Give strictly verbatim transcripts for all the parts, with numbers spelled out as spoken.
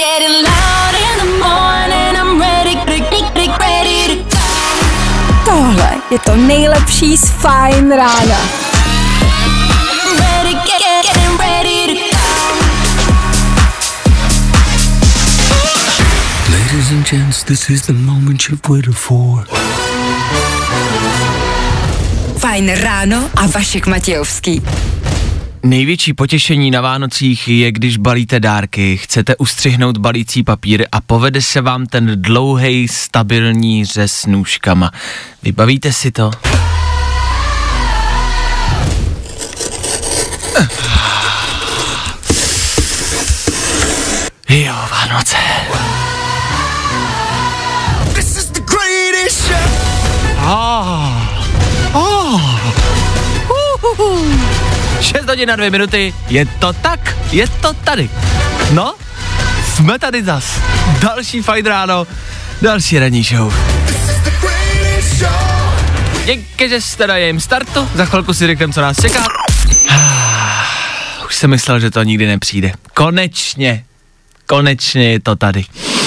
Tohle je to nejlepší z Fajn rána. Ladies and gents, this is the moment you've waited for. Fajn ráno a Vašek Matějovský. Největší potěšení na Vánocích je, když balíte dárky, chcete ustřihnout balící papír a povede se vám ten dlouhej, stabilní řez nůžkama. Vybavíte si to? Jo, Vánoce. Oh. Oh. Uhuhu. šest hodin a dvě minuty, je to tak, je to tady. No, jsme tady zas. Další Fajn ráno, další ranní show. Díky, že jste na jejím startu, za chvilku si řekneme, co nás čeká. Už jsem myslel, že to nikdy nepřijde. Konečně, konečně je to tady.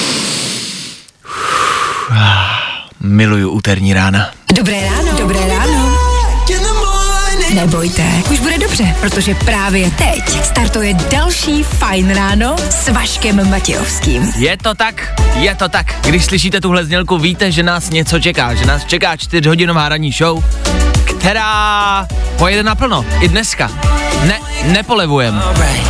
Miluju úterní rána. Dobré ráno, dobré ráno. Nebojte, už bude dobře, protože právě teď startuje další Fajn ráno s Vaškem Matějovským. Je to tak, je to tak. Když slyšíte tuhle znělku, víte, že nás něco čeká, že nás čeká čtyřhodinová ranní show, která pojede naplno i dneska. Ne, nepolevujem.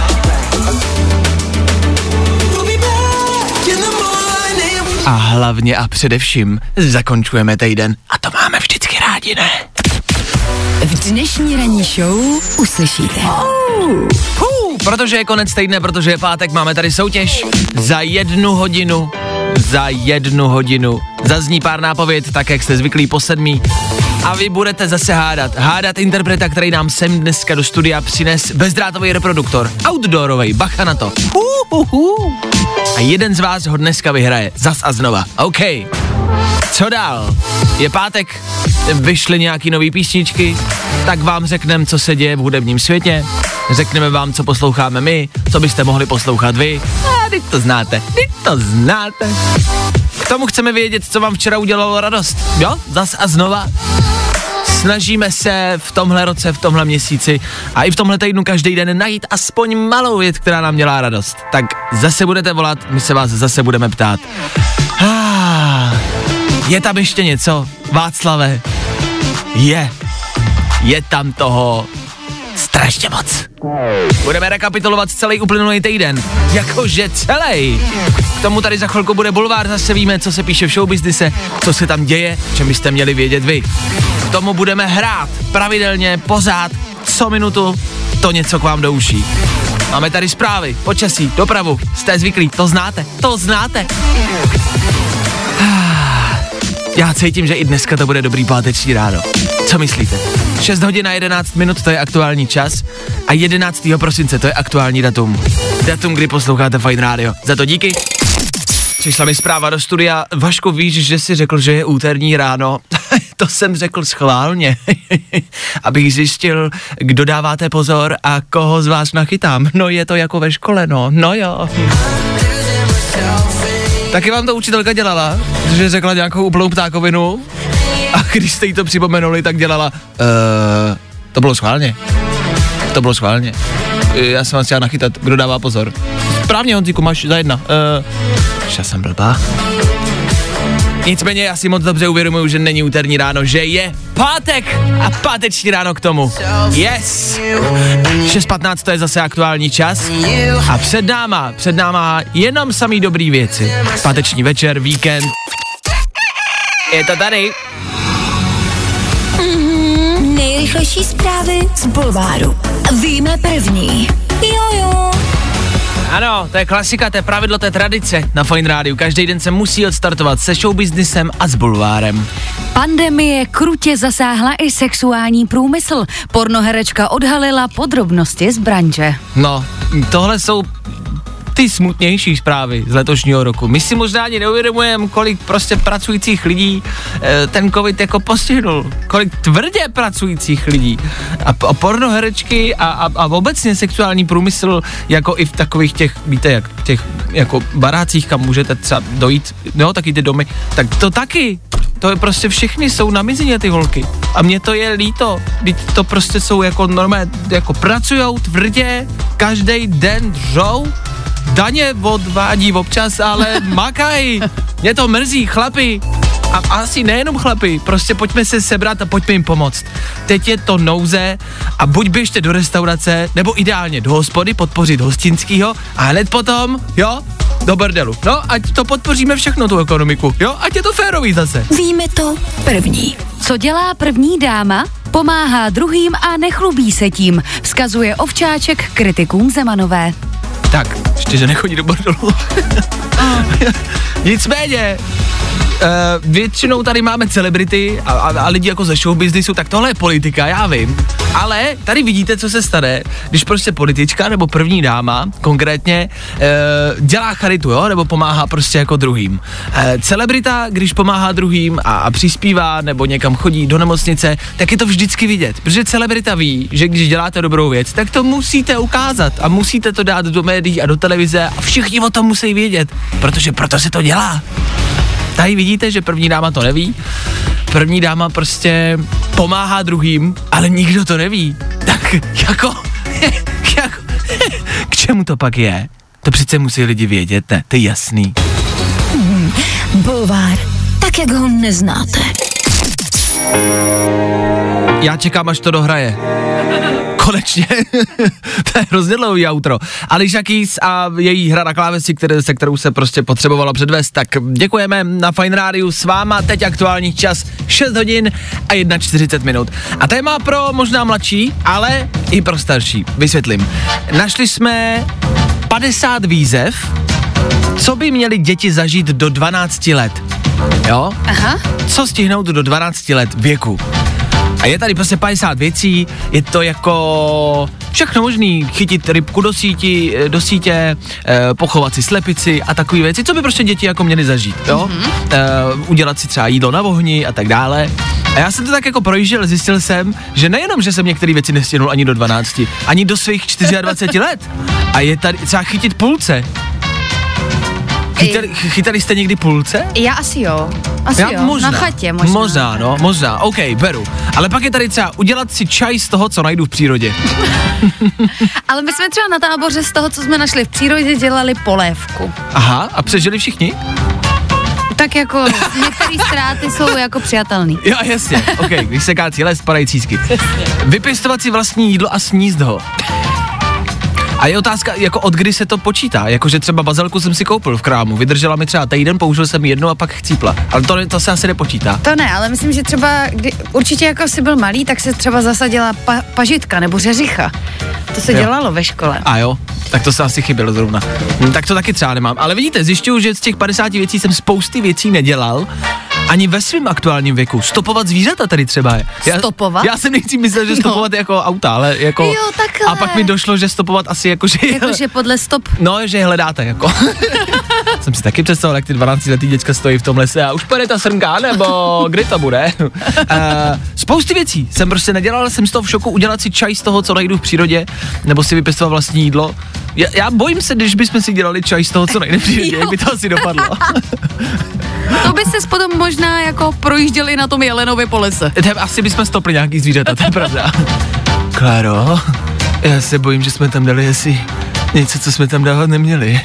A hlavně a především zakončujeme týden a to máme vždycky rádi, ne? V dnešní ranní show uslyšíte. Oh. Huh, protože je konec týdne, protože je pátek, máme tady soutěž. Za jednu hodinu, za jednu hodinu zazní pár nápověd, tak jak jste zvyklí po sedmí. A vy budete zase hádat. Hádat interpreta, který nám sem dneska do studia přines bezdrátový reproduktor. Outdoorovej, bacha na to. Uh, uh, uh. A jeden z vás ho dneska vyhraje. Zas a znova. OK. Co dál? Je pátek, vyšly nějaký nový písničky, tak vám řekneme, co se děje v hudebním světě, řekneme vám, co posloucháme my, co byste mohli poslouchat vy. A teď to znáte, teď to znáte. K tomu chceme vědět, co vám včera udělalo radost. Jo? Zas a znova. Snažíme se v tomhle roce, v tomhle měsíci a i v tomhle týdnu každý den najít aspoň malou věc, která nám dělá radost. Tak zase budete volat, my se vás zase budeme ptát. Ah, je tam ještě něco, Václave? Je. Je tam toho strašně moc. Budeme rekapitulovat celý uplynulý týden. Jakože celý. K tomu tady za chvilku bude bulvár, zase víme, co se píše v showbiznise, co se tam děje, čem byste měli vědět vy. K tomu budeme hrát pravidelně, pořád, co minutu, to něco k vám do uší. Máme tady zprávy, počasí, dopravu, jste zvyklí, to znáte, to znáte. Já cítím, že i dneska to bude dobrý páteční ráno. Co myslíte? šest hodin a jedenáct minut, to je aktuální čas a jedenáctého prosince, to je aktuální datum. Datum, kdy posloucháte Fajn rádio. Za to díky. Přišla mi zpráva do studia. Vašku, víš, že jsi řekl, že je úterní ráno? To jsem řekl schválně. Abych zjistil, kdo dáváte pozor a koho z vás nachytám. No je to jako ve škole, no. No jo. Taky vám to učitelka dělala, že řekla nějakou úplnou ptákovinu a když jste jí to připomenuli, tak dělala, uh, to bylo schválně, to bylo schválně, já jsem vás chtěla nachytat, kdo dává pozor. Správně, Honzíku, máš za jedna, uh, já jsem blbá. Nicméně já si moc dobře uvědomuju, že není úterní ráno, že je pátek a páteční ráno k tomu. Yes! šest patnáct to je zase aktuální čas a před náma, před náma jenom samý dobrý věci. Páteční večer, víkend. Je to tady. Mm-hmm, nejrychlejší zprávy z bulváru. Víme první. Jojo. Ano, to je klasika, to je pravidlo, to je tradice na Fajn rádiu. Každý den se musí odstartovat se showbiznisem a s bulvárem. Pandemie krutě zasáhla i sexuální průmysl. Pornoherečka odhalila podrobnosti z branže. No, tohle jsou ty smutnější zprávy z letošního roku. My si možná ani neuvědomujeme, kolik prostě pracujících lidí e, ten covid jako postihnul. Kolik tvrdě pracujících lidí. A, a pornoherečky a, a, a obecně sexuální průmysl, jako i v takových těch, víte jak, těch jako barácích, kam můžete třeba dojít, no taky ty domy, tak to taky. To je prostě všechny jsou na mizině ty holky. A mně to je líto. Teď to prostě jsou jako normálně, jako pracujou tvrdě, každý den dřou, daně odvádí občas, ale makají. Mě to mrzí, chlapi. A asi nejenom chlapi, prostě pojďme se sebrat a pojďme jim pomoct. Teď je to nouze a buď běžte do restaurace, nebo ideálně do hospody podpořit hostinskýho a hned potom, jo, do bordelu. No, ať to podpoříme všechno, tu ekonomiku, jo, ať je to férový zase. Víme to první. Co dělá první dáma? Pomáhá druhým a nechlubí se tím, vzkazuje Ovčáček kritikům Zemanové. Tak, ještě, že nechodí do bordelu. Nicméně, Uh, většinou tady máme celebrity a, a, a lidi jako ze showbiznisu, tak tohle je politika, já vím. Ale tady vidíte, co se stane, když prostě politička nebo první dáma konkrétně uh, dělá charitu, jo, nebo pomáhá prostě jako druhým. Uh, celebrita, když pomáhá druhým a, a přispívá nebo někam chodí do nemocnice, tak je to vždycky vidět, protože celebrita ví, že když děláte dobrou věc, tak to musíte ukázat a musíte to dát do médií a do televize a všichni o tom musí vědět, protože proto se to dělá. Tady vidíte, že první dáma to neví. První dáma prostě pomáhá druhým, ale nikdo to neví. Tak jako, jako k čemu to pak je? To přece musí lidi vědět, ne? To je jasný. Hmm, bulvár, tak jak ho neznáte. Já čekám, až to dohraje. Konečně. To je hrozně dlouhý outro. Alicia Keys a její hra na klávesi, které, se kterou se prostě potřebovala předvést, tak děkujeme na Fajn Rádiu s váma. Teď aktuální čas šest hodin a čtyřicet jedna minut. A téma pro možná mladší, ale i pro starší. Vysvětlím. Našli jsme padesát výzev, co by měly děti zažít do dvanácti let. Jo? Aha. Co stihnout do dvanácti let věku. A je tady prostě padesát věcí, je to jako všechno možný, chytit rybku do, síti, do sítě, e, pochovat si slepici a takové věci, co by prostě děti jako měly zažít, jo? Mm-hmm. E, udělat si třeba jídlo na ohni a tak dále. A já jsem to tak jako projížděl, zjistil jsem, že nejenom, že jsem některé věci nestihnul ani do dvanácti, ani do svých dvaceti čtyř let. A je tady třeba chytit půlce. Chytali, chytali jste někdy půlce? Já asi jo. Asi Já, jo. možná, na chatě možná. Možná, no, možná. OK, beru. Ale pak je tady třeba udělat si čaj z toho, co najdu v přírodě. Ale my jsme třeba na táboře z toho, co jsme našli v přírodě, dělali polévku. Aha, a přežili všichni? Tak jako některé ztráty jsou jako přijatelný. Jo, jasně. OK, když se kácí les, padají císky. Vypěstovat si vlastní jídlo a sníst ho. A je otázka, jako od kdy se to počítá, jakože třeba bazalku jsem si koupil v krámu, vydržela mi třeba týden, použil jsem jednu a pak chcípla, ale to, to se asi nepočítá. To ne, ale myslím, že třeba, kdy, určitě jako jsi byl malý, tak se třeba zasadila pa, pažitka nebo řeřicha. To se jo. dělalo ve škole. A jo, tak to se asi chybělo zrovna. Hm, tak to taky třeba nemám, ale vidíte, zjišťuju, že z těch padesáti věcí jsem spousty věcí nedělal, ani ve svém aktuálním věku. Stopovat zvířata tady třeba je. Já, stopovat? Já jsem nejdřív myslel, že stopovat no. je jako auta, ale jako... Jo, takhle. A pak mi došlo, že stopovat asi jako, že... Jakože podle stop. No, že je hledáte jako. Jsem si taky představil, jak ty dvanáctiletý děcka stojí v tom lese a už pojede ta srnka, nebo kdy to bude. uh, spousty věcí jsem prostě nedělal, jsem z toho v šoku udělat si čaj z toho, co najdu v přírodě, nebo si vypěstovat vlastní jídlo. Já, já bojím se, když bychom si dělali čaj z toho, co najde v přírodě, jak by to asi dopadlo. To by ses potom možná jako projížděli na tom Jelenově po lese. Asi bychom stopli nějaký zvířata, to je pravda. Klaro, já se bojím, že jsme tam dali asi něco, co jsme tam dávat neměli.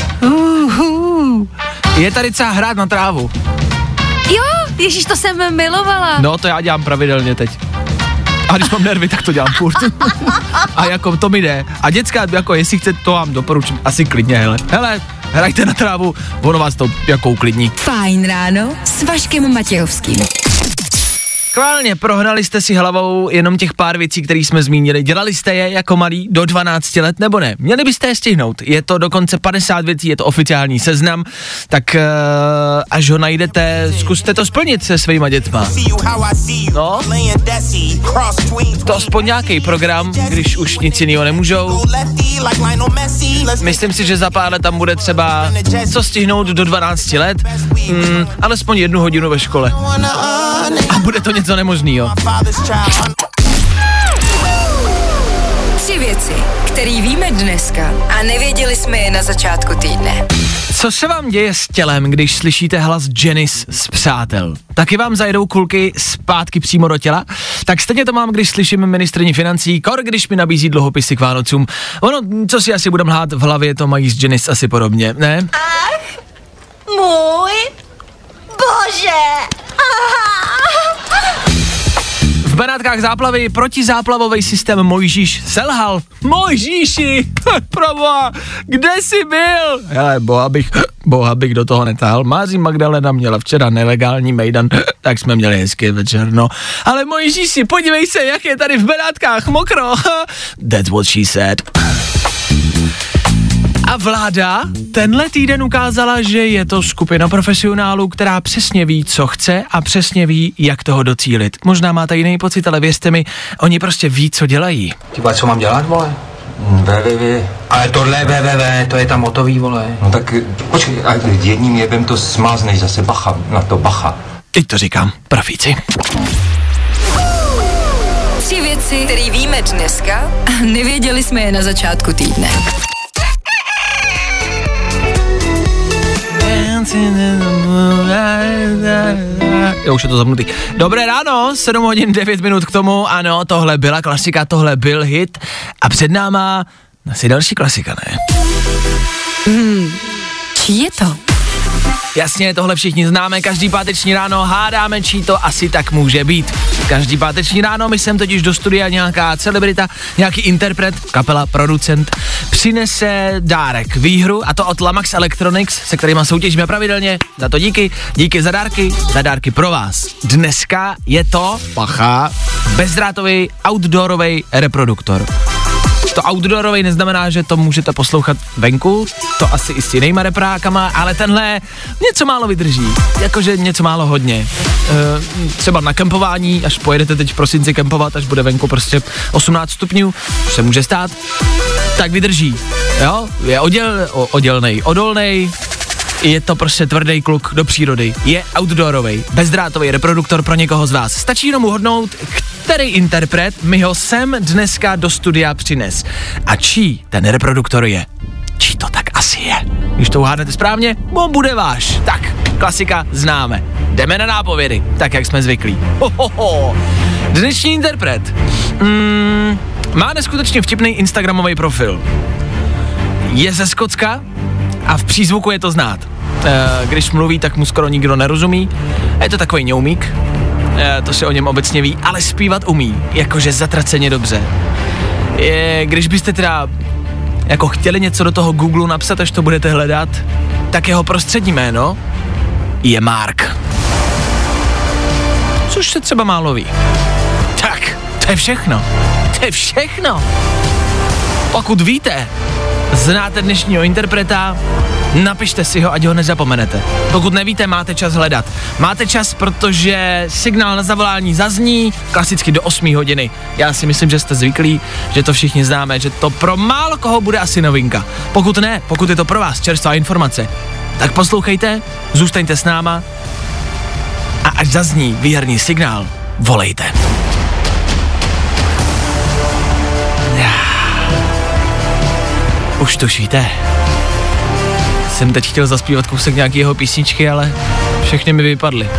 Uhu. Je tady třeba hrát na trávu. Jo, ježíš, to jsem milovala. No, to já dělám pravidelně teď. A když mám nervy, tak to dělám furt. A jako to mi jde. A děcka, jako jestli chcete, to vám doporučím asi klidně, hele. Hele, hrajte na trávu, ono vás to jako uklidní. Fajn ráno s Vaškem Matějovským. schválně prohnali jste si hlavou jenom těch pár věcí, které jsme zmínili. Dělali jste je jako malí do dvanácti let nebo ne? Měli byste je stihnout. Je to dokonce padesát věcí, je to oficiální seznam, tak uh, až ho najdete, zkuste to splnit se svýma dětma. No, to aspoň nějaký program, když už nic jiného nemůžou. Myslím si, že za pár let tam bude třeba co stihnout do dvanácti let, mm, alespoň jednu hodinu ve škole. A bude to něco nemožného. Tři věci, které víme dneska a nevěděli jsme je na začátku týdne. Co se vám děje s tělem, když slyšíte hlas Janice z Přátel? Taky vám zajedou kulky zpátky přímo do těla? Tak stejně to mám, když slyším ministryni financí, kor když mi nabízí dluhopisy k Vánocům. Ono, co si asi budem hlát v hlavě, to mají s Janice asi podobně, ne? Ach, můj bože. V Benátkách záplavy protizáplavový systém Mojžíš selhal. Mojžíši, proboha, kde jsi byl? Hele, boha bych, boha bych do toho netáhl. Máří Magdalena měla včera nelegální mejdan, tak jsme měli hezký večer, no. Ale Mojžíši, podívej se, jak je tady v Benátkách mokro. That's what she said. A vláda tenhle týden ukázala, že je to skupina profesionálů, která přesně ví, co chce a přesně ví, jak toho docílit. Možná máte jiný pocit, ale věřte mi, oni prostě ví, co dělají. Ty co mám dělat, vole? www. Ale tohle www, to je tam hotový, vole. No tak počkej, a jedním jebem to smáznej zase, bacha, na to bacha. Teď to říkám, profíci. Tři věci, které víme dneska a nevěděli jsme je na začátku týdne. Jo, už je to zapnutý. Dobré ráno, sedm hodin devět minut k tomu, ano, tohle byla klasika, tohle byl hit a před náma asi další klasika, ne? Hmm, čí je to? Jasně, tohle všichni známe, každý páteční ráno hádáme, čí to asi tak může být. Každý páteční ráno my sem totiž do studia nějaká celebrita, nějaký interpret, kapela, producent, přinese dárek, výhru, a to od Lamax Electronics, se kterýma soutěžíme pravidelně. Za to díky, díky za dárky, za dárky pro vás. Dneska je to, pacha, bezdrátový outdoorový reproduktor. To outdoorový neznamená, že to můžete poslouchat venku, to asi i s jinýma reprákama, ale tenhle něco málo vydrží, jakože něco málo hodně. E, třeba na kempování, až pojedete teď v prosinci kempovat, až bude venku prostě osmnáct stupňů, už se může stát, tak vydrží, jo, je oděl, o, odělnej, odolnej, je to prostě tvrdý kluk do přírody, je outdoorový, bezdrátový reproduktor pro někoho z vás. Stačí jenom uhodnout, který interpret mi ho sem dneska do studia přines. A čí ten reproduktor je? Čí to tak asi je? Když to uhádnete správně, on bude váš. Tak, klasika známe. Jdeme na nápovědy, tak jak jsme zvyklí. Hohoho. Dnešní interpret mm, má neskutečně vtipný instagramový profil. Je ze Skotska a v přízvuku je to znát. E, když mluví, tak mu skoro nikdo nerozumí. Je to takový ňoumík, e, to se o něm obecně ví, ale zpívat umí, jakože zatraceně dobře. E, když byste teda jako chtěli něco do toho Google napsat, až to budete hledat, tak jeho prostřední jméno je Mark. Což se třeba málo ví. Tak, to je všechno. To je všechno. Pokud víte, znáte dnešního interpreta, napište si ho, ať ho nezapomenete. Pokud nevíte, máte čas hledat. Máte čas, protože signál na zavolání zazní klasicky do osmé hodiny. Já si myslím, že jste zvyklí, že to všichni známe, že to pro málo koho bude asi novinka. Pokud ne, pokud je to pro vás čerstvá informace, tak poslouchejte, zůstaňte s náma a až zazní výherní signál, volejte. Už tušíte. Jsem teď chtěl zaspívat kousek nějaký jeho písničky, ale všechny mi vypadly.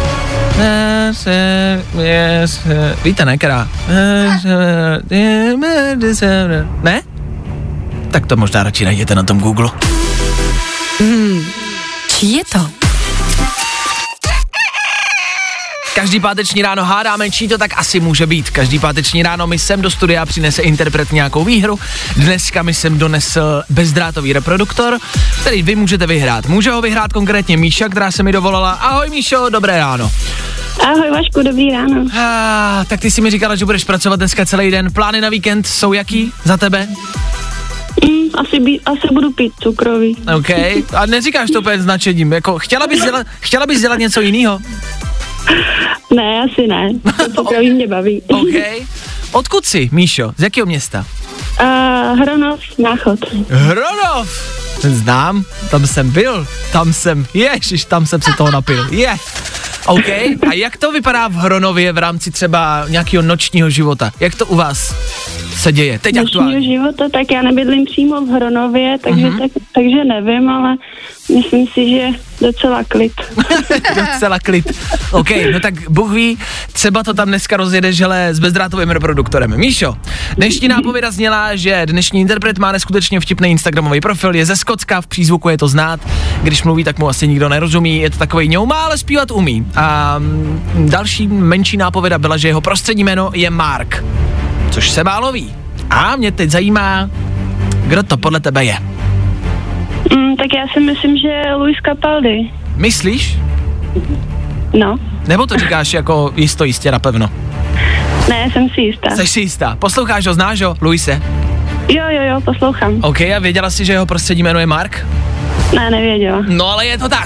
Víte, ne, která? Ne? Tak to možná radši najděte na tom Google. Hmm, čí je to? Každý páteční ráno hádáme, čí to tak asi může být. Každý páteční ráno mi sem do studia přinese interpret nějakou výhru. Dneska mi sem donesl bezdrátový reproduktor, který vy můžete vyhrát. Může ho vyhrát konkrétně Míša, která se mi dovolala. Ahoj Míšo, dobré ráno. Ahoj Vašku, dobrý ráno. Ah, tak ty jsi mi říkala, že budeš pracovat dneska celý den. Plány na víkend jsou jaký za tebe? Mm, asi, by, asi budu pít cukroví. OK. A neříkáš to úplně značením. Jako, chtěla bys dělat, chtěla bys dělat něco jiného? Ne, asi ne. To cukroví mě baví. OK. Odkud jsi, Míšo? Z jakého města? Uh, Hronov, Náchod. Hronov! Znám, tam jsem byl, tam jsem, ježiš, tam jsem se toho napil, je. Yeah. OK, a jak to vypadá v Hronově v rámci třeba nějakého nočního života? Jak to u vás se děje teď aktuálně? Nočního života, tak já nebydlím přímo v Hronově, takže, mm-hmm. tak, takže nevím, ale myslím si, že docela klid. Docela klid. OK, no tak Bůh ví, třeba to tam dneska rozjedeš, hele, s bezdrátovým reproduktorem. Míšo, dnešní nápověda zněla, že dnešní interpret má neskutečně vtipný instagramový profil, je ze Skotska, v přízvuku je to znát, když mluví, tak mu asi nikdo nerozumí, je to takovej ňouma, ale zpívat umí. A další menší nápověda byla, že jeho prostřední jméno je Mark, což se málo ví. A mě teď zajímá, kdo to podle tebe je. Mm, tak já si myslím, že Luis Capaldi. Myslíš? No. Nebo to říkáš jako jisto jistě napevno? Ne, jsem si jistá. Jsi si jistá. Posloucháš ho, znáš ho, Luise? Jo, jo, jo, poslouchám. OK, a věděla jsi, že jeho prostřední jméno je Mark? Ne, nevěděla. No ale je to tak.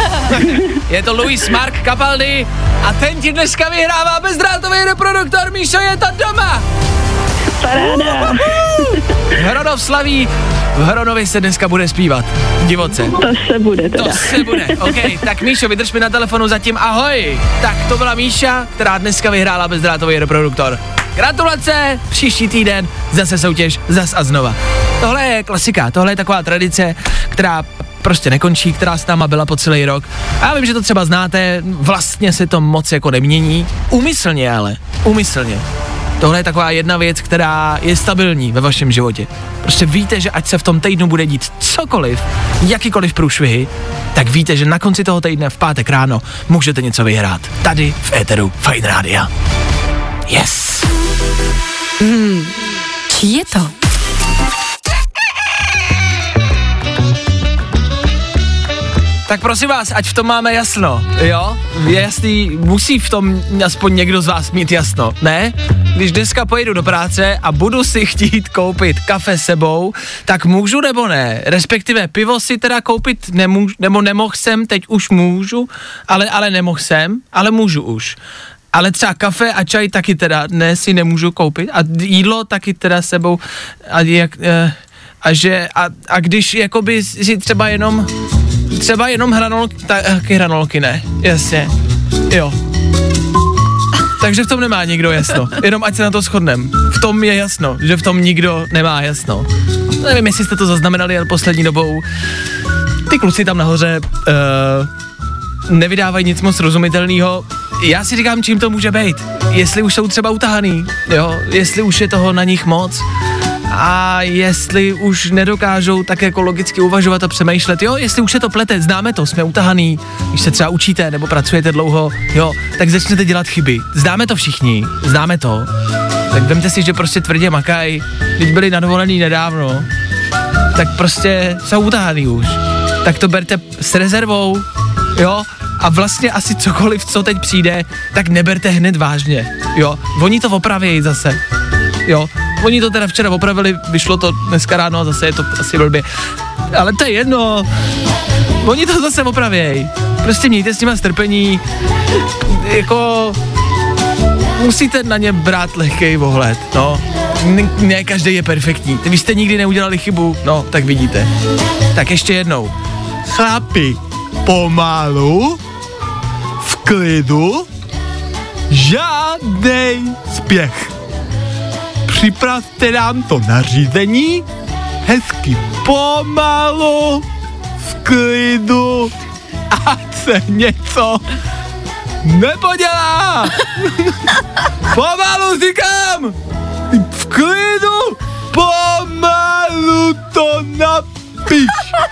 Je to Luis Mark Capaldi a ten ti dneska vyhrává bezdrátový reproduktor. Míšo, je to doma. Paráda. Hronov slaví, v Hronově se dneska bude zpívat. Divoce. To se bude teda. To se bude, OK. Tak Míšo, vydrž mi na telefonu zatím, ahoj. Tak to byla Míša, která dneska vyhrála bezdrátový reproduktor. Gratulace, příští týden zase soutěž, zas a znova. Tohle je klasika, tohle je taková tradice, která prostě nekončí, která s náma byla po celý rok. A já vím, že to třeba znáte, vlastně se to moc jako nemění, úmyslně ale, úmyslně. Tohle je taková jedna věc, která je stabilní ve vašem životě. Prostě víte, že ať se v tom týdnu bude dít cokoliv, jakýkoliv průšvihy, tak víte, že na konci toho týdne v pátek ráno můžete něco vyhrát. Tady v éteru Fajn Rádia. Yes. Hmm, čí je to? Tak prosím vás, ať v tom máme jasno, jo? Je jasný, musí v tom aspoň někdo z vás mít jasno, ne? Když dneska pojedu do práce a budu si chtít koupit kafe sebou, tak můžu nebo ne? Respektive pivo si teda koupit nemůžu, nebo nemohl jsem, teď už můžu, ale, ale nemohl jsem, ale můžu už. Ale třeba kafe a čaj taky teda ne, si nemůžu koupit a jídlo taky teda sebou a jak, a že, a, a když jakoby si třeba jenom Třeba jenom hranolky, taky hranolky ne, jasně, jo. Takže v tom nemá nikdo jasno, jenom ať se na to shodnem. V tom je jasno, že v tom nikdo nemá jasno. Nevím, jestli jste to zaznamenali, ale poslední dobou ty kluci tam nahoře uh, nevydávají nic moc rozumitelného. Já si říkám, čím to může být. Jestli už jsou třeba utahaný, jo, jestli už je toho na nich moc. A jestli už nedokážou tak jako logicky uvažovat a přemýšlet, jo, jestli už je to plete, známe to, jsme utahaný, když se třeba učíte nebo pracujete dlouho, jo, tak začnete dělat chyby. Známe to všichni, známe to. Tak vemte si, že prostě tvrdě makaj, když byli na dovolený nedávno, tak prostě jsou utahaný už. Tak to berte s rezervou, jo, a vlastně asi cokoliv, co teď přijde, tak neberte hned vážně, jo. Oni to opraví zase, jo. Oni to teda včera opravili, vyšlo to dneska ráno a zase je to asi blbě. Ale to je jedno. Oni to zase opravěj. Prostě mějte s nima strpení. Jako musíte na ně brát lehkej ohled, no. N- ne každý je perfektní. Vy jste nikdy neudělali chybu, no, tak vidíte. Tak ještě jednou. Chlapi, pomalu, v klidu, žádnej spěch. Připravte nám to nařízení, hezky pomalu, v klidu, ať se něco nepodělá. Pomalu říkám, v klidu, pomalu to napiš.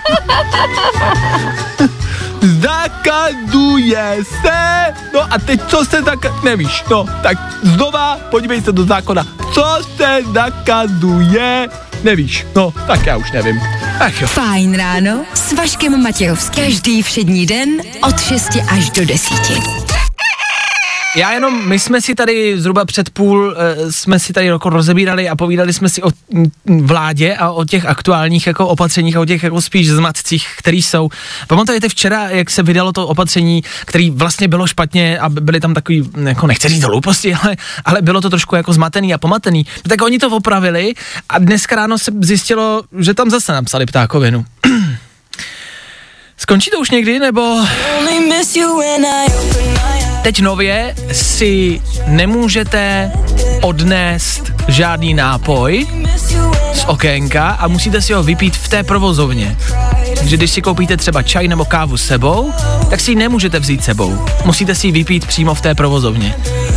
Zakazuje se, no a teď co se zakazuje, nevíš, no, tak znova podívej se do zákona, co se zakazuje, nevíš, no, tak já už nevím. Ach jo. Fajn ráno s Vaškem Matějovským. Každý všední den od šesti až do desíti. já jenom, my jsme si tady zhruba před půl, e, jsme si tady jako rozebírali a povídali jsme si o m, vládě a o těch aktuálních jako opatřeních a o těch jako spíš zmatcích, který jsou. Pamatujete včera, jak se vydalo to opatření, který vlastně bylo špatně a byly tam takový, jako nechci říct hlouposti, ale, ale bylo to trošku jako zmatený a pomatený. Tak oni to opravili a dneska ráno se zjistilo, že tam zase napsali ptákovinu. Skončí to už někdy, nebo... Teď nově si nemůžete odnést žádný nápoj z okénka a musíte si ho vypít v té provozovně. Takže když si koupíte třeba čaj nebo kávu s sebou, tak si ji nemůžete vzít sebou. Musíte si ji vypít přímo v té provozovně.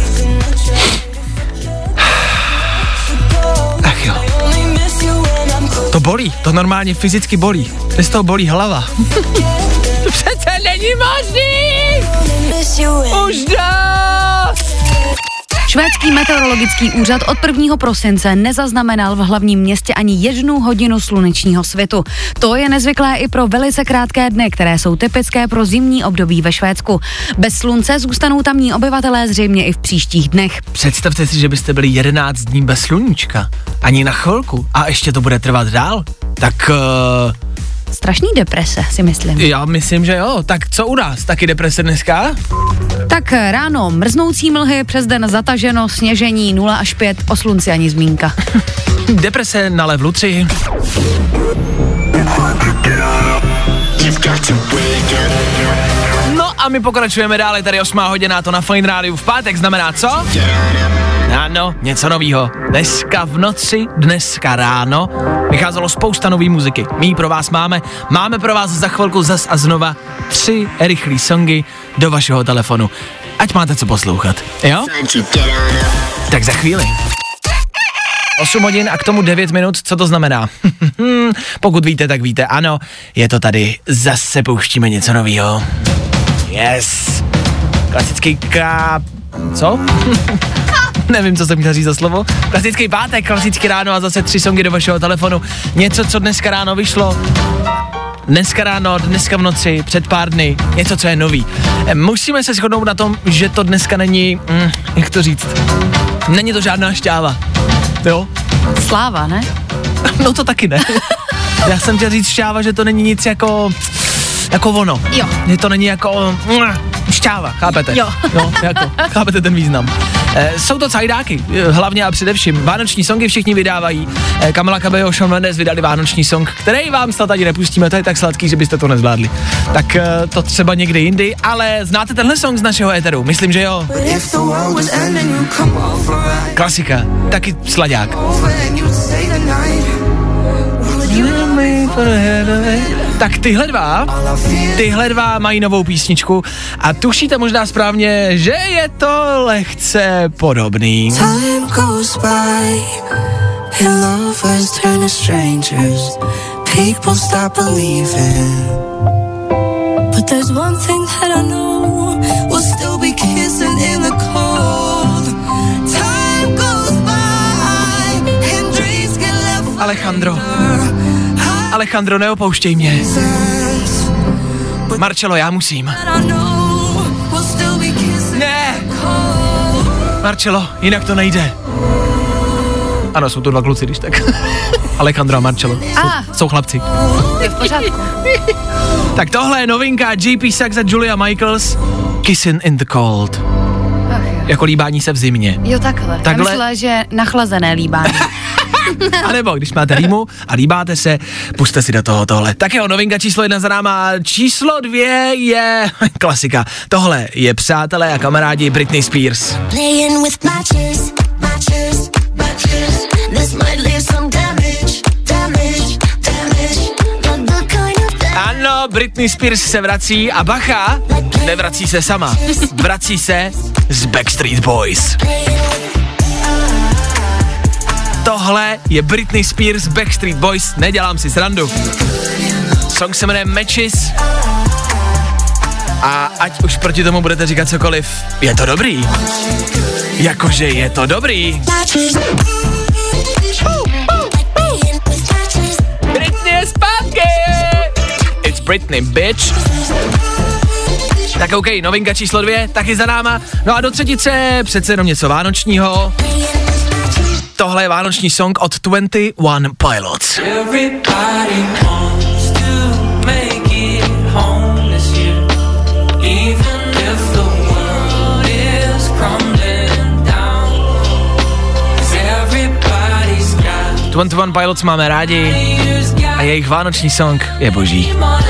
Ach jo. To bolí, to normálně fyzicky bolí. Z toho bolí hlava. To přece není možný! Už dost! Švédský meteorologický úřad od prvního prosince nezaznamenal v hlavním městě ani jednu hodinu slunečního svitu. To je nezvyklé i pro velice krátké dny, které jsou typické pro zimní období ve Švédsku. Bez slunce zůstanou tamní obyvatelé zřejmě i v příštích dnech. Představte si, že byste byli jedenáct dní bez sluníčka. Ani na chvilku. A ještě to bude trvat dál. Tak... Uh... Strašný deprese, si myslím. Já myslím, že jo. Tak co u nás? Taky deprese dneska? Tak ráno mrznoucí mlhy, přes den zataženo, sněžení nula až pět, o slunci ani zmínka. Deprese na levelu tři. No a my pokračujeme dále, tady osmá hodina, to na Fajn rádiu v pátek znamená co? Ano, něco novýho. Dneska v noci, dneska ráno vycházelo spousta nový muziky. My ji pro vás máme. Máme pro vás za chvilku zas a znova tři rychlý songy do vašeho telefonu. Ať máte co poslouchat, jo? Tak za chvíli. osm hodin a k tomu devět minut, co to znamená? Pokud víte, tak víte, ano, je to tady, zase pouštíme něco novýho. Yes. Klasický ká... Co? Nevím, co jsem chtěl říct za slovo. Klasický pátek, klasický ráno a zase tři songy do vašeho telefonu. Něco, co dneska ráno vyšlo. Dneska ráno, dneska v noci, před pár dny. Něco, co je nový. Musíme se shodnout na tom, že to dneska není, mm, jak to říct, není to žádná šťáva. Jo? Sláva, ne? No to taky ne. Já jsem chtěl říct šťáva, že to není nic jako... Jako ono. Jo. Že to není jako šťáva, chápete? Jo. No, jako, chápete ten význam. E, jsou to cajdáky, hlavně a především. Vánoční songy všichni vydávají. E, Kamila Cabello, Shawn Mendes vydali vánoční song, který vám snad ani nepustíme, to je tak sladký, že byste to nezvládli. Tak e, to třeba někdy jindy, ale znáte tenhle song z našeho éteru? Myslím, že jo. Klasika, taky sladák. Tak tyhle dva, tyhle dva mají novou písničku a tušíte možná správně, že je to lehce podobný. Alejandro. Alejandro, neopouštěj mě. Marcelo, já musím. Ne! Marcelo, jinak to nejde. Ano, jsou to dva kluci, když tak. Alejandro a Marcelo. Jsou, ah. jsou chlapci. Je v pořádku. Tak tohle je novinka J P Sachs a Julia Michaels. Kissing in the Cold. Ach, jako líbání se v zimě. Jo, takhle. takhle. Já myslela, že nachlazené líbání. A nebo když máte rýmu a líbáte se, puste si do toho tohle. Tak jo, novinka číslo jedna za náma, číslo dvě je klasika. Tohle je přátelé a kamarádi Britney Spears. Ano, Britney Spears se vrací a bacha, nevrací se sama, vrací se z Backstreet Boys. Tohle je Britney Spears, Backstreet Boys, nedělám si srandu. Song se jmenuje Matches a ať už proti tomu budete říkat cokoliv, je to dobrý. Jakože je to dobrý. Britney je zpátky! It's Britney, bitch. Tak OK, novinka číslo dvě, taky za náma. No a do třetice přece jenom něco vánočního. Tohle je vánoční song od dvacet jedna Pilots. dvacet jedna Pilots máme rádi a jejich vánoční song je boží.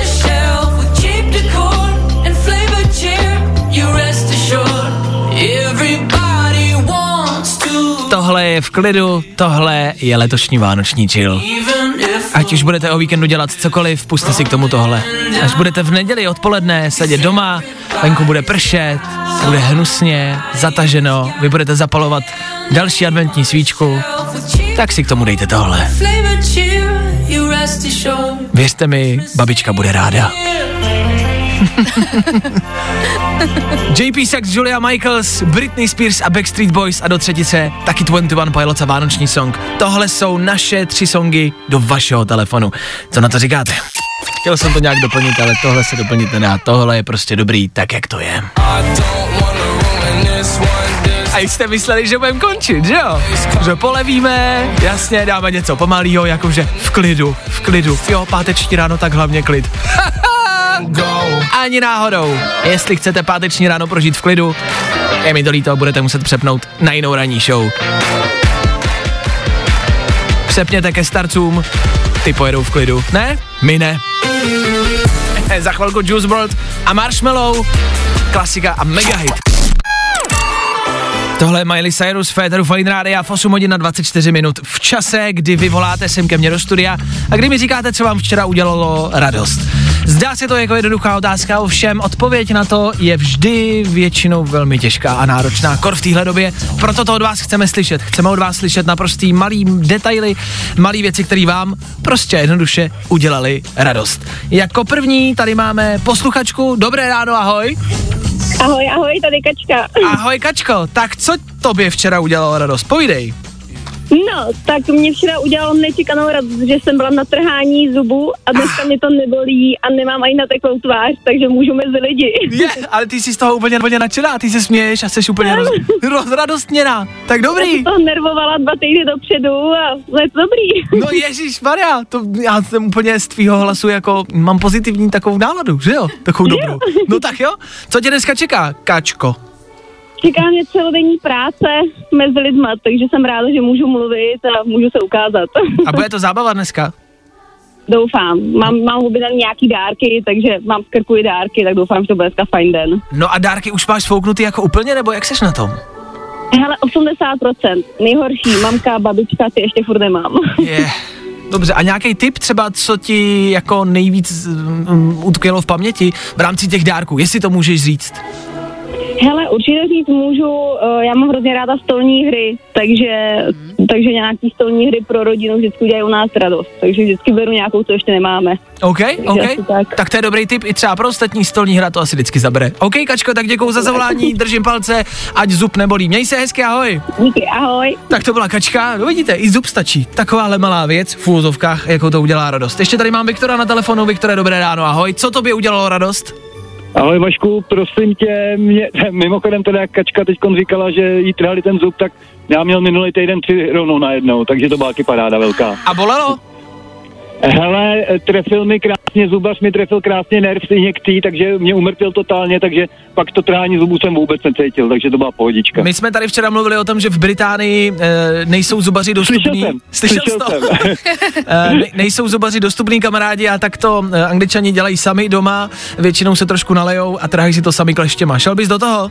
Tohle je v klidu, tohle je letošní vánoční chill. Ať už budete o víkendu dělat cokoliv, puste si k tomu tohle. Až budete v neděli odpoledne sedět doma, venku bude pršet, bude hnusně, zataženo, vy budete zapalovat další adventní svíčku, tak si k tomu dejte tohle. Věřte mi, babička bude ráda. J P Sachs, Julia Michaels, Britney Spears a Backstreet Boys a do třetice taky dvacet jedna Pilots a vánoční song. Tohle jsou naše tři songy do vašeho telefonu. Co na to říkáte? Chtěl jsem to nějak doplnit, ale tohle se doplnit nedá. Tohle je prostě dobrý, tak jak to je. A jste mysleli, že budeme končit, že jo? Že polevíme, jasně, dáme něco pomalýho, jakože v klidu, v klidu. Jo, páteční ráno, tak hlavně klid. Ani náhodou. Jestli chcete páteční ráno prožít v klidu, je mi to líto, budete muset přepnout na jinou ranní show. Přepněte ke starcům, ty pojedou v klidu. Ne? My ne. Za chvilku Juice world a Marshmallow, klasika a mega hit. Tohle je Miley Cyrus, Féteru Fine Rádia v osm hodin na dvacet čtyři minut v čase, kdy vy voláte sem ke mně do studia a kdy mi říkáte, co vám včera udělalo radost. Zdá se to jako jednoduchá otázka, ovšem odpověď na to je vždy většinou velmi těžká a náročná, kor v téhle době, proto to od vás chceme slyšet. Chceme od vás slyšet naprostý malý detaily, malý věci, které vám prostě jednoduše udělali radost. Jako první tady máme posluchačku, dobré ráno, ahoj. Ahoj, ahoj, tady Kačka. Ahoj Kačko, tak co tobě včera udělalo radost? Povídej. No, tak mě včera udělalo nečekanou radost, že jsem byla na trhání zubů a dneska ah. mě to nebolí a nemám ani nateklou tvář, takže můžu mezi lidi. Je, ale ty jsi z toho úplně, úplně nadšená, ty se směješ a jsi úplně roz, rozradostněná. Tak dobrý. Já jsem to nervovala dva týdny dopředu a to je to dobrý. No ježišmarja, to já jsem úplně z tvýho hlasu jako, mám pozitivní takovou náladu, že jo? Takovou dobrou. Jo. No tak jo, co tě dneska čeká, Kačko? Čeká mě celodenní práce mezi lidma, takže jsem ráda, že můžu mluvit a můžu se ukázat. A bude to zábava dneska? Doufám. Mám, mám objednané nějaký dárky, takže mám v krku i dárky, tak doufám, že to bude dneska fajn den. No a dárky už máš sfouknutý jako úplně, nebo jak seš na tom? Hele, osmdesát procent. Nejhorší, mamka, babička, ty ještě furt nemám. Je. Dobře, a nějaký tip třeba, co ti jako nejvíc um, utkvělo v paměti v rámci těch dárků, jestli to můžeš říct? Hele, určitě říct můžu, já mám hrozně ráda stolní hry, takže, mm. takže nějaký stolní hry pro rodinu vždycky udělají u nás radost, takže vždycky beru nějakou, co ještě nemáme. OK, OK, tak. tak to je dobrý tip i třeba pro ostatní stolní hra, to asi vždycky zabere. OK, Kačko, tak děkuju za zavolání, držím palce, ať zub nebolí. Měj se hezky, ahoj. Díky, ahoj. Tak to byla Kačka, no vidíte, i zub stačí. Takováhle malá věc v úvozovkách, jako to udělá radost. Ještě tady mám Viktora na telefonu. Viktore, dobré ráno, ahoj. Co tobě udělalo radost? Ahoj Vašku, prosím tě, mě, mimochodem teda jak Kačka teďkon říkala, že jí trhali ten zub, tak já měl minulý týden tři rovnou najednou, takže to byla taky paráda velká. A bolelo? Hele, trefil mi krásně zubař, mi trefil krásně nerv si některý, takže mě umrtil totálně, takže pak to trhání zubů jsem vůbec necítil, takže to byla pohodička. My jsme tady včera mluvili o tom, že v Británii e, nejsou zubaři dostupní. Slyšel jsem. Slyšel, Slyšel jsem. e, ne, nejsou zubaři dostupní, kamarádi, a tak to e, Angličani dělají sami doma, většinou se trošku nalejou a trhají si to sami kleštěma. Šel bys do toho?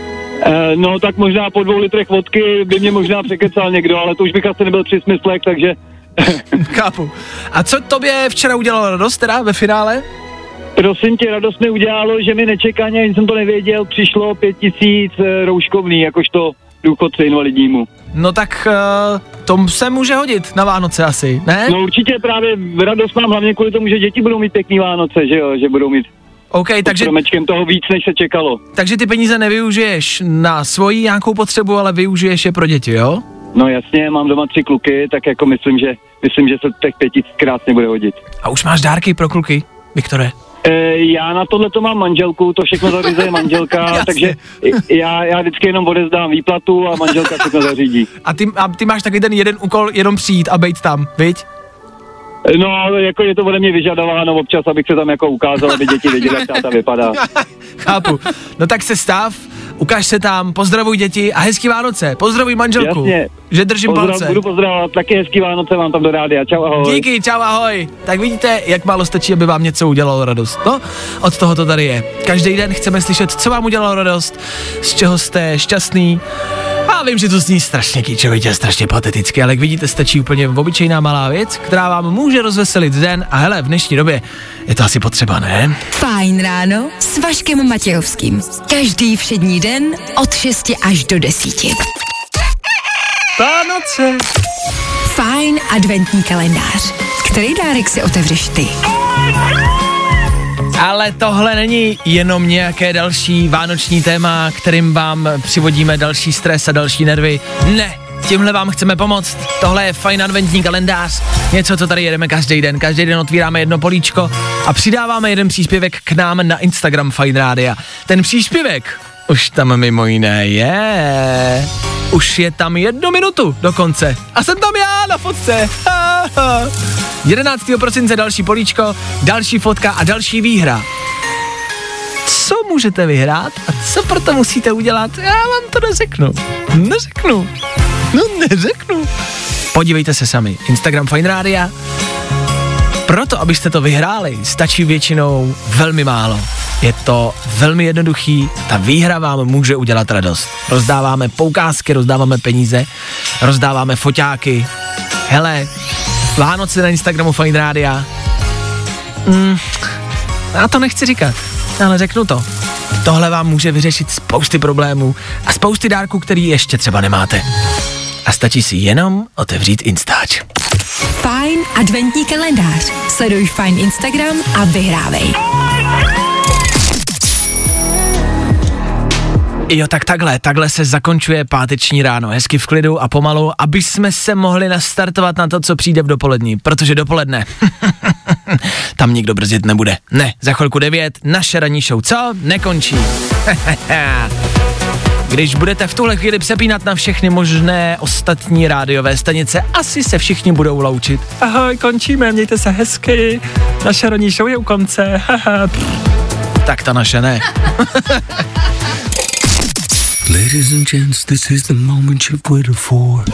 E, no tak možná po dvou litrech vodky by mě možná překecal někdo, ale to už bych asi nebyl při smyslech, takže... Chápu. A co tobě včera udělalo radost teda ve finále? Prosím tě, radost mi udělalo, že mi nečekaně, ani jsem to nevěděl, přišlo pět tisíc rouškovný, jakožto důchodce invalidnímu. No tak uh, to se může hodit na Vánoce asi, ne? No určitě právě radost mám hlavně kvůli tomu, že děti budou mít pěkný Vánoce, že jo, že budou mít OK, takže promečkem toho víc, než se čekalo. Takže ty peníze nevyužiješ na svoji nějakou potřebu, ale využiješ je pro děti, jo? No jasně, mám doma tři kluky, tak jako myslím, že myslím, že se těch pět tisíc krásně bude hodit. A už máš dárky pro kluky, Viktore? Já na tohle to mám manželku, to všechno zařizuje manželka, takže já, já vždycky jenom odezdám výplatu a manželka všechno zařídí. A ty, a ty máš taky ten jeden úkol, jenom přijít a bejt tam, viď? No, jako je to ode mě vyžadováno občas, abych se tam jako ukázal, aby děti věděli, jak táta vypadá. Chápu. No tak se stav, ukaž se tam, pozdravuj děti a hezký Vánoce, pozdravuj manželku. Jasně. Že držím Pozdrav, palce. Budu pozdravovat, taky hezký Vánoce vám tam do rádia, čau ahoj. Díky, čau ahoj. Tak vidíte, jak málo stačí, aby vám něco udělalo radost. No, od toho to tady je. Každý den chceme slyšet, co vám udělalo radost, z čeho jste šťastný. A vím, že to zní strašně kýčovitě a strašně pateticky, ale jak vidíte, stačí úplně obyčejná malá věc, která vám může rozveselit den a hele, v dnešní době je to asi potřeba, ne? Fajn ráno s Vaškem Matějovským. Každý všední den od šesti až do desíti. Vánoce. Fajn adventní kalendář. Který dárek si otevřeš ty? Ale tohle není jenom nějaké další vánoční téma, kterým vám přivodíme další stres a další nervy. Ne, tímhle vám chceme pomoct. Tohle je fajn adventní kalendář. Něco, co tady jedeme každý den. Každý den otvíráme jedno políčko a přidáváme jeden příspěvek k nám na Instagram Fajn Rádia. Ten příspěvek už tam mimo jiné je. Už je tam jednu minutu dokonce. A jsem tam já na fotce. jedenáctého prosince další políčko, další fotka a další výhra. Co můžete vyhrát a co proto musíte udělat? Já vám to neřeknu. Neřeknu. No neřeknu. Podívejte se sami. Instagram Fajn Rádia. Proto, abyste to vyhráli, stačí většinou velmi málo. Je to velmi jednoduchý, ta výhra vám může udělat radost. Rozdáváme poukázky, rozdáváme peníze, rozdáváme foťáky. Hele, Vánoce na Instagramu Fajn Rádia. Mm, já to nechci říkat, ale řeknu to. Tohle vám může vyřešit spousty problémů a spousty dárků, který ještě třeba nemáte. A stačí si jenom otevřít Instač. Fajn adventní kalendář. Sleduj Fajn Instagram a vyhrávej. Jo, tak takhle, takhle se zakončuje páteční ráno, hezky v klidu a pomalu, aby jsme se mohli nastartovat na to, co přijde v dopolední, protože dopoledne tam nikdo brzdit nebude. Ne, za chvilku devět, naše ranní show, co? Nekončí. Když budete v tuhle chvíli přepínat na všechny možné ostatní rádiové stanice, asi se všichni budou loučit. Ahoj, končíme, mějte se hezky, naše ranní show je u konce. Tak ta naše ne. Ladies and gents, this is the moment you've waited for.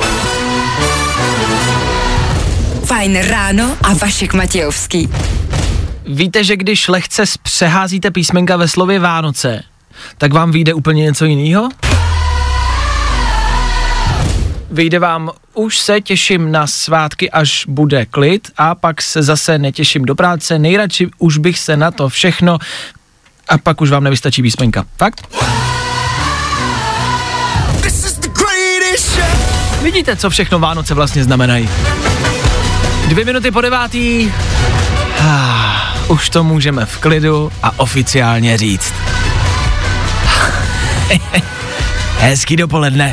Fajn ráno a Vašek Matějovský. Víte, že když lehce přeházíte písmenka ve slově Vánoce, tak vám vyjde úplně něco jiného? Vyjde vám, už se těším na svátky, až bude klid, a pak se zase netěším do práce, nejradši už bych se na to všechno, a pak už vám nevystačí písmenka. Fakt? Vidíte, co všechno Vánoce vlastně znamenají. Dvě minuty po devátý. Ah, už to můžeme v klidu a oficiálně říct. Hezký dopoledne.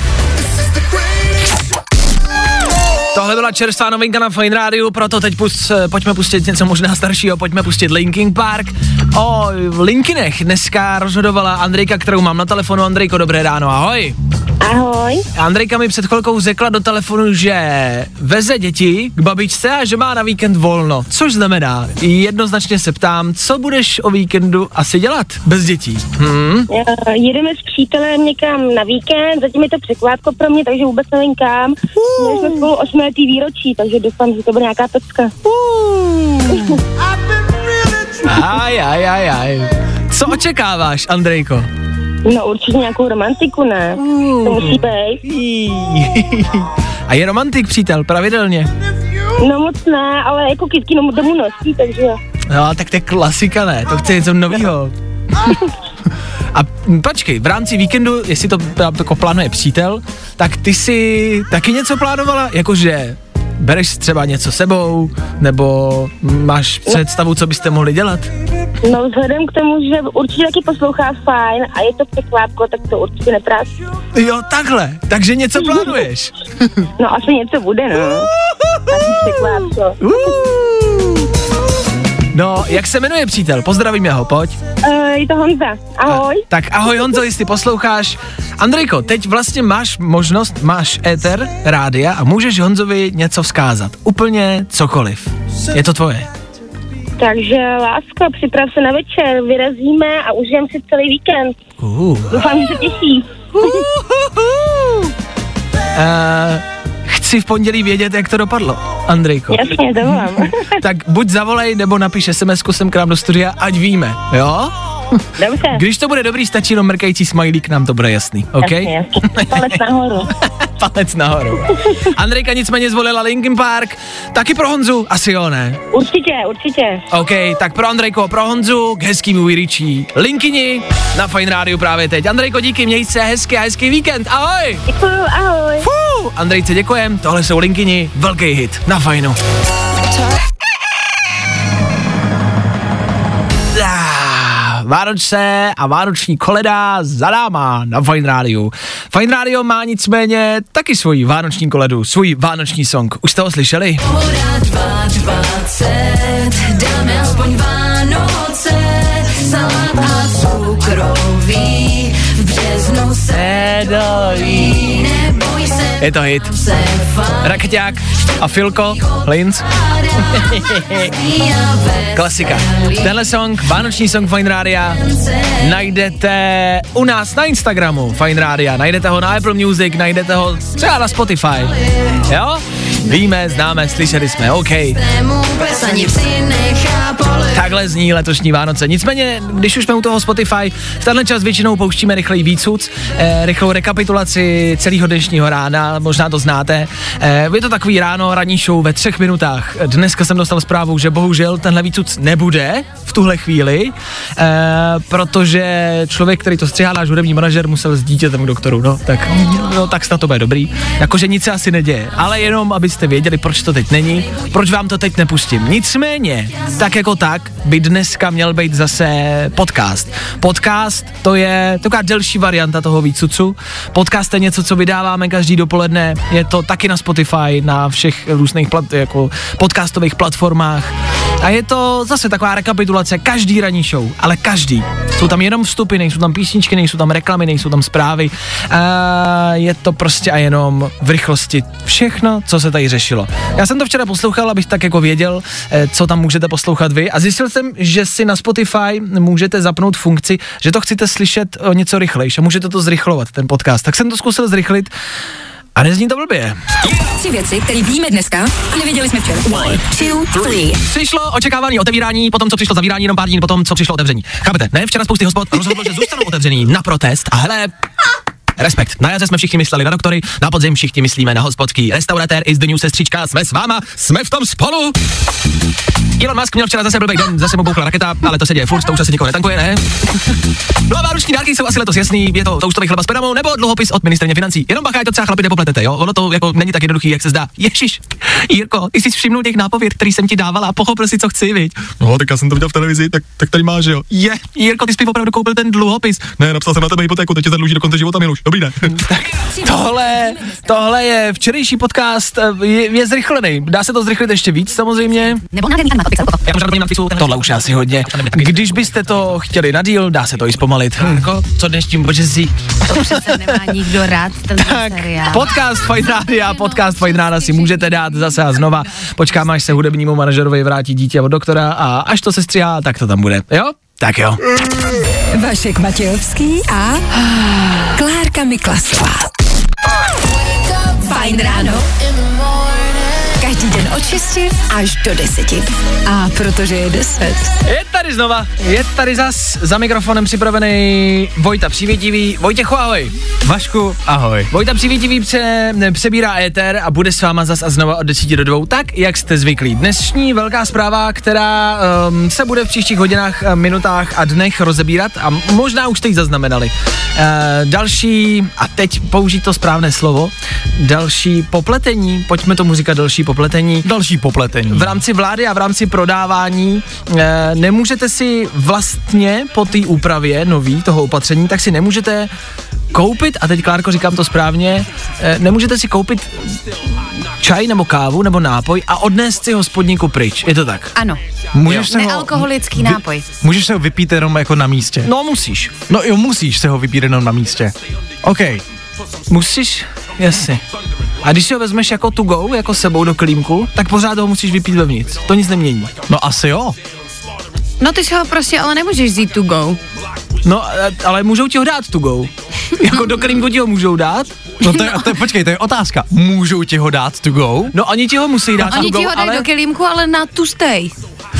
Tohle byla čerstvá novinka na Fajn Rádiu, proto teď pust, pojďme pustit něco možná staršího, pojďme pustit Linkin Park. O Linkinech dneska rozhodovala Andrejka, kterou mám na telefonu. Andrejko, dobré ráno, ahoj. Ahoj. Andrejka mi před chvilkou řekla do telefonu, že veze děti k babičce a že má na víkend volno, což znamená, jednoznačně se ptám, co budeš o víkendu asi dělat bez dětí? Hmm? Jedeme s přítelem někam na víkend, zatím je to překvátko pro mě, takže vůbec nevím kam. Uh. Měli jsme spolu osmletý výročí, takže doufám, že to bude nějaká pecka. Uh. aj, aj, aj, aj. Co očekáváš, Andrejko? No určitě nějakou romantiku, ne? Uh. To musí být. A je romantik, přítel, pravidelně? No moc ne, ale jako kytky no, domů nosí, takže... No, tak to je klasika, ne? To chce něco novýho. A počkej, v rámci víkendu, jestli to jako plánuje přítel, tak ty si taky něco plánovala? Jakože bereš třeba něco sebou, nebo máš představu, co byste mohli dělat? No vzhledem k tomu, že určitě taky poslouchá Fajn a je to překvápko, tak to určitě netrápí. Jo, takhle, takže něco plánuješ? No asi něco bude, no. Asi překvápko. No, jak se jmenuje přítel? Pozdravíme ho, pojď. Uh, je to Honza. Ahoj. A, tak ahoj Honzo, jestli posloucháš. Andrejko, teď vlastně máš možnost, máš éter, rádia a můžeš Honzovi něco vzkázat. Úplně cokoliv. Je to tvoje. Takže lásko, připrav se na večer, vyrazíme a užijeme si celý víkend. Uh. Doufám, že se těší. Uh, uh, uh. Uh, chci v pondělí vědět, jak to dopadlo, Andrejko. Jasně, dovolám. Tak buď zavolej, nebo napiš es em esku sem k nám do studia, ať víme, jo? Dobře. Když to bude dobrý, stačí jenom mrkající smajlík, nám to bude jasný, ok? Jasně, jasně. Palec nahoru. Palec nahoru. Andrejka nicméně zvolila Linkin Park, taky pro Honzu, asi jo, ne? Určitě, určitě. Ok, tak pro Andrejko, pro Honzu, k hezkýmu výročí Linkini na Fajn rádiu právě teď. Andrejko, díky, měj se hezky a hezký víkend, ahoj! Děkuju, ahoj. Fú, Andrejce, děkujem, tohle jsou Linkini, velký hit na Fajnu. Vánoce a vánoční koleda za náma na Fajn rádiu. Fajn rádio má nicméně taky svoji vánoční koledu, svůj vánoční song. Už jste ho slyšeli? dvacet, dáme aspoň Vánoce, salát a cukroví, v březnu se dojí. Je to hit. Rakeťák a Filko, Linz. Klasika. Tenhle song, vánoční song Fajn rádia, najdete u nás na Instagramu Fajn rádia, najdete ho na Apple Music, najdete ho třeba na Spotify. Jo? Víme, známe, slyšeli jsme, OK. Takhle zní letošní Vánoce. Nicméně, když už jsme u toho Spotify, v tenhle čas většinou pouštíme rychlej výcuc, eh, rychlou rekapitulaci celého dnešního rána, možná to znáte. Eh, je to takový ráno, ranní show ve třech minutách. Dneska jsem dostal zprávu, že bohužel tenhle výcuc nebude v tuhle chvíli, eh, protože člověk, který to střihá, náš hudební manažer, musel s dítětem k doktoru, no, tak, no, tak snad to bude dobrý. Jakože nic se asi neděje, ale jenom, abyste věděli, proč to teď není, proč vám to teď nepustím. Nicméně, tak jako tak, by dneska měl být zase podcast. Podcast, to je taková delší varianta toho výcucu. Podcast je něco, co vydáváme každý dopoledne. Je to taky na Spotify, na všech různých plat, jako podcastových platformách. A je to zase taková rekapitulace každý ranní show, ale každý. Jsou tam jenom vstupy, nejsou tam písničky, nejsou tam reklamy, nejsou tam zprávy. A je to prostě a jenom v rychlosti všechno, co se tady řešilo. Já jsem to včera poslouchal, abych tak jako věděl, co tam můžete poslouchat vy, a zjistil jsem, že si na Spotify můžete zapnout funkci, že to chcete slyšet o něco rychlejš a můžete to zrychlovat, ten podcast. Tak jsem to zkusil zrychlit a nezní to blbě. Tři věci, které víme dneska a nevěděli jsme včera. One, two, three. Přišlo očekávání otevírání, potom co přišlo zavírání, jenom pár dní potom co přišlo otevření. Chápete? Ne, včera spousty hospod rozhodlo, že zůstanou otevřený na protest a hele, respekt. Na jaře jsme všichni mysleli na doktory, na podzim všichni myslíme na hospodský. Restauratér is the new sestřička, jsme s váma, jsme v tom spolu. Elon Musk měl včera zase blbej den, zase mu bouchla raketa, ale to se děje furt, to už asi nikoho netankuje, ne? No a vánoční dárky jsou asi letos jasný, je to toustový chleba s pedamou nebo dluhopis od ministryně financí. Jenom bacha, to třeba chlapi nepopletete, jo? Ono to jako není tak jednoduchý, jak se zdá. Ježiš, Jirko, ty jsi všimnul těch nápověd, který jsem ti dávala a pochopil si, co chci, viď? No, tak já jsem to viděl v televizi, tak, tak tady máš, jo. Je, Jirko, ty jsi opravdu koupil ten dluhopis. Ne, napsal jsem na tebe hypotéku, teď tě zadluží do konce života, Miluš. Dobrý den. Tak tohle, tohle je včerejší podcast, je, je zrychlený. Dá se to zrychlit ještě víc samozřejmě. Nebo na na to Tohle už je asi hodně. Když byste to chtěli na díl, dá se to i zpomalit. Jako, co dnešním počasí. To přece nemá nikdo rád, ten seriál. Podcast Fajn rádia, podcast Fajn rádia si můžete dát zase a znova. Počkám, až se hudebnímu manažerovi vrátí dítě od doktora a až to se stříhá, tak to tam bude. Jo? Tak jo. Vašek Matějovský a Klárka Miklasová. Fajn ráno. Každý den od šesti až do deseti. A protože je deset. Je tady znova, je tady zas za mikrofonem připravený Vojta Přívětivý. Vojtěchu, ahoj. Vašku, ahoj. Vojta Přívětivý pře, přebírá éter a bude s váma zas a znova od deseti do dvou, tak jak jste zvyklí. Dnešní velká zpráva, která um, se bude v příštích hodinách, minutách a dnech rozebírat a možná už jste ji zaznamenali. Uh, další, a teď použít to správné slovo, další popletení, pojďme tomu říkat další popletení. Další popletení. V rámci vlády a v rámci prodávání e, nemůžete si vlastně po té úpravě nový toho opatření, tak si nemůžete koupit, a teď Klárko, říkám to správně, eh, nemůžete si koupit čaj nebo kávu nebo nápoj a odnést si ho z podniku pryč, je to tak? Ano. Můžeš se ho, nealkoholický vy, nápoj. Můžeš se ho vypít jenom jako na místě. No musíš. No jo, musíš se ho vypít jenom na místě. OK. Musíš, jasně. A když si ho vezmeš jako to go, jako sebou do klímku, tak pořád ho musíš vypít vevnitř. To nic nemění. No asi jo. No ty si ho prostě ale nemůžeš vzít to go. No, ale můžou ti ho dát to go. Jako do klímku ti ho můžou dát. No to je, to je, počkej, to je otázka. Můžou ti ho dát to go? No oni ti ho musí dát Oni to ti go, ho dají ale... do kelímku, ale na to stay.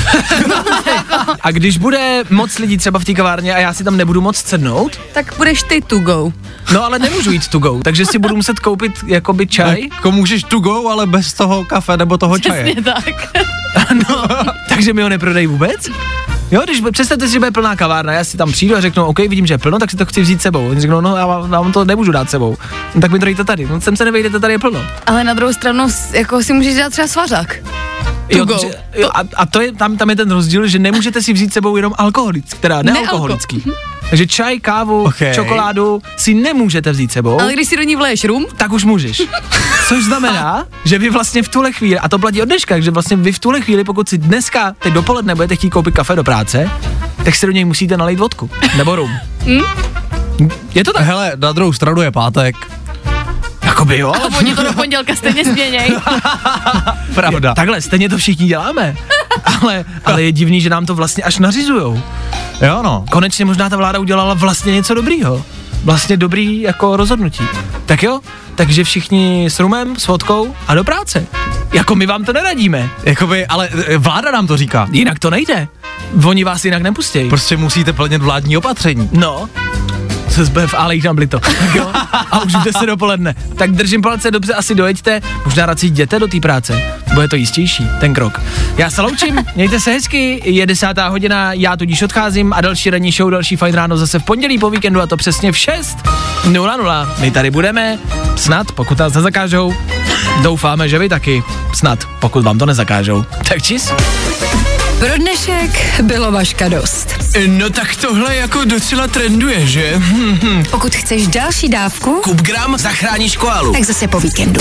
A když bude moc lidí třeba v té kavárně a já si tam nebudu moc sednout, tak budeš ty to go. No ale nemůžu jít to go, takže si budu muset koupit jakoby čaj. Jako můžeš to go, ale bez toho kafe nebo toho čaje. Přesně tak. No, takže mi ho neprodají vůbec? Jo, když představte si, že bude plná kavárna, já si tam přijdu a řeknu, OK, vidím, že je plno, tak si to chci vzít sebou. Oni řeknou, no já vám, vám to nemůžu dát sebou. No, tak mi to dejte tady. No sem se nevejdete, tady je plno. Ale na druhou stranu jako si můžeš dát třeba svařák. Jo, že, jo, a, a to je, tam, tam je ten rozdíl, že nemůžete si vzít sebou jenom alkoholický, teda nealkoholický. Takže čaj, kávu, okay. čokoládu si nemůžete vzít sebou. Ale když si do ní vleješ rum, tak už můžeš. Což znamená, že vy vlastně v tuhle chvíli, a to platí od dneška, že vlastně vy v tuhle chvíli, pokud si dneska, teď dopoledne budete chtít koupit kafe do práce, tak si do něj musíte nalejt vodku. Nebo rum. Hmm? Je to tak? Hele, na druhou stranu je pátek. Jakoby jo. Ale oni to do pondělka stejně směněj. Pravda. Takhle, stejně to všichni děláme. Ale, ale je divný, že nám to vlastně až nařizujou. Jo no. Konečně možná ta vláda udělala vlastně něco dobrýho. Vlastně dobrý jako rozhodnutí. Tak jo, takže všichni s rumem, s vodkou a do práce. Jako my vám to neradíme. Jakoby, ale vláda nám to říká. Jinak to nejde. Oni vás jinak nepustějí. Prostě musíte plnit vládní opatření. No. Se zbe v Alejch na Blito. Tak jo? A už jde se dopoledne. Tak držím palce, dobře, asi dojeďte. Možná radši jděte do té práce. Bude to jistější, ten krok. Já se loučím, mějte se hezky, je desátá hodina, já tudíž odcházím a další ranní show, další Fajn ráno zase v pondělí po víkendu a to přesně v šest nula nula. My tady budeme, snad, pokud nás nezakážou. Doufáme, že vy taky, snad, pokud vám to nezakážou. Tak čis. Pro dnešek bylo Vaška dost. No tak tohle jako docela trenduje, že? Pokud chceš další dávku, Kupgram zachráníš koalu. tak zase po víkendu.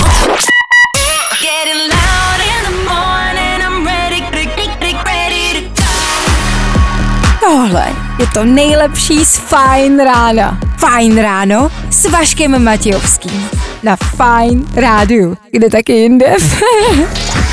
Tohle je to nejlepší z Fajn rána. Fajn ráno s Vaškem Matějovským. Na Fajn rádiu. Kde taky jinde?